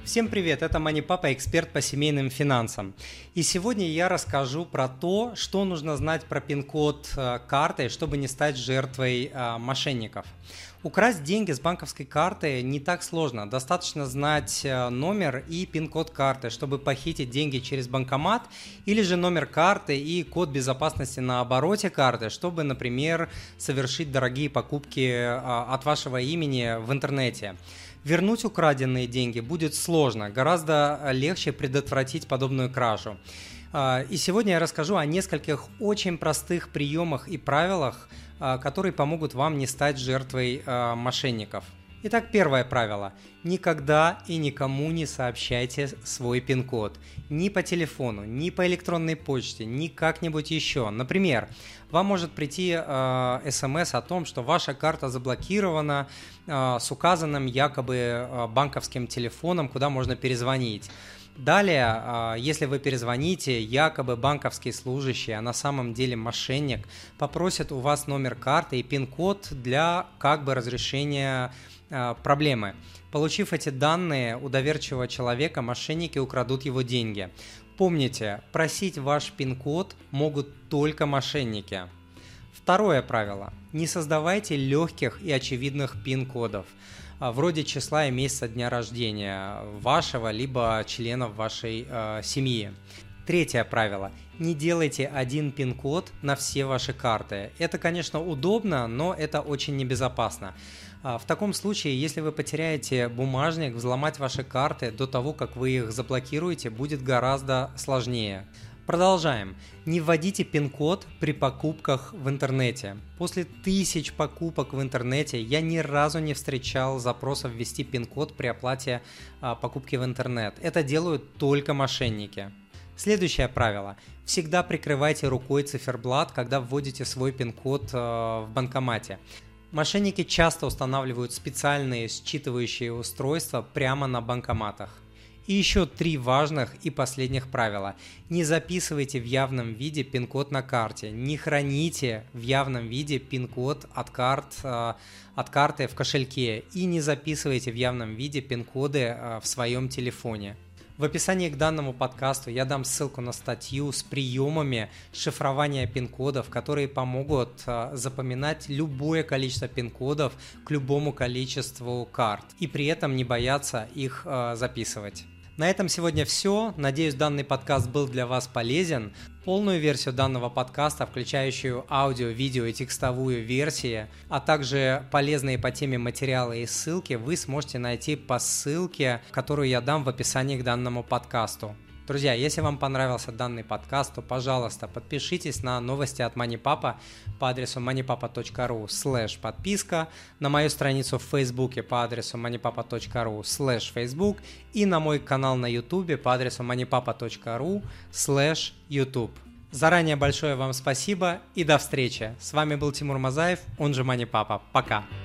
Всем привет, это MoneyPapa, эксперт по семейным финансам. И сегодня я расскажу про то, что нужно знать про пин-код карты, чтобы не стать жертвой мошенников. Украсть деньги с банковской карты не так сложно. Достаточно знать номер и пин-код карты, чтобы похитить деньги через банкомат, или же номер карты и код безопасности на обороте карты, чтобы, например, совершить дорогие покупки от вашего имени в интернете. Вернуть украденные деньги будет сложно, гораздо легче предотвратить подобную кражу. И сегодня я расскажу о нескольких очень простых приемах и правилах, которые помогут вам не стать жертвой мошенников. Итак, первое правило. Никогда и никому не сообщайте свой пин-код. Ни по телефону, ни по электронной почте, ни как-нибудь еще. Например, вам может прийти смс о том, что ваша карта заблокирована с указанным якобы банковским телефоном, куда можно перезвонить. Далее, если вы перезвоните, якобы банковский служащий, а на самом деле мошенник, попросит у вас номер карты и пин-код для разрешения проблемы. Получив эти данные у доверчивого человека, мошенники украдут его деньги. Помните, просить ваш пин-код могут только мошенники. Второе правило. Не создавайте легких и очевидных пин-кодов, вроде числа и месяца дня рождения вашего либо членов вашей семьи. Третье правило. Не делайте один пин-код на все ваши карты. Это, конечно, удобно, но это очень небезопасно. В таком случае, если вы потеряете бумажник, взломать ваши карты до того, как вы их заблокируете, будет гораздо сложнее. Продолжаем. Не вводите пин-код при покупках в интернете. После 1000 покупок в интернете я ни разу не встречал запросов ввести пин-код при оплате покупки в интернет. Это делают только мошенники. Следующее правило. Всегда прикрывайте рукой циферблат, когда вводите свой пин-код в банкомате. Мошенники часто устанавливают специальные считывающие устройства прямо на банкоматах. И еще 3 важных и последних правила. Не записывайте в явном виде пин-код на карте. Не храните в явном виде пин-код от карты в кошельке. И не записывайте в явном виде пин-коды в своем телефоне. В описании к данному подкасту я дам ссылку на статью с приемами шифрования пин-кодов, которые помогут запоминать любое количество пин-кодов к любому количеству карт и при этом не бояться их записывать. На этом сегодня все. Надеюсь, данный подкаст был для вас полезен. Полную версию данного подкаста, включающую аудио, видео и текстовую версии, а также полезные по теме материалы и ссылки, вы сможете найти по ссылке, которую я дам в описании к данному подкасту. Друзья, если вам понравился данный подкаст, то, пожалуйста, подпишитесь на новости от MoneyPapa по адресу moneypapa.ru/подписка, на мою страницу в Фейсбуке по адресу moneypapa.ru/Facebook и на мой канал на YouTube по адресу moneypapa.ru/YouTube. Заранее большое вам спасибо и до встречи. С вами был Тимур Мазаев, он же MoneyPapa. Пока!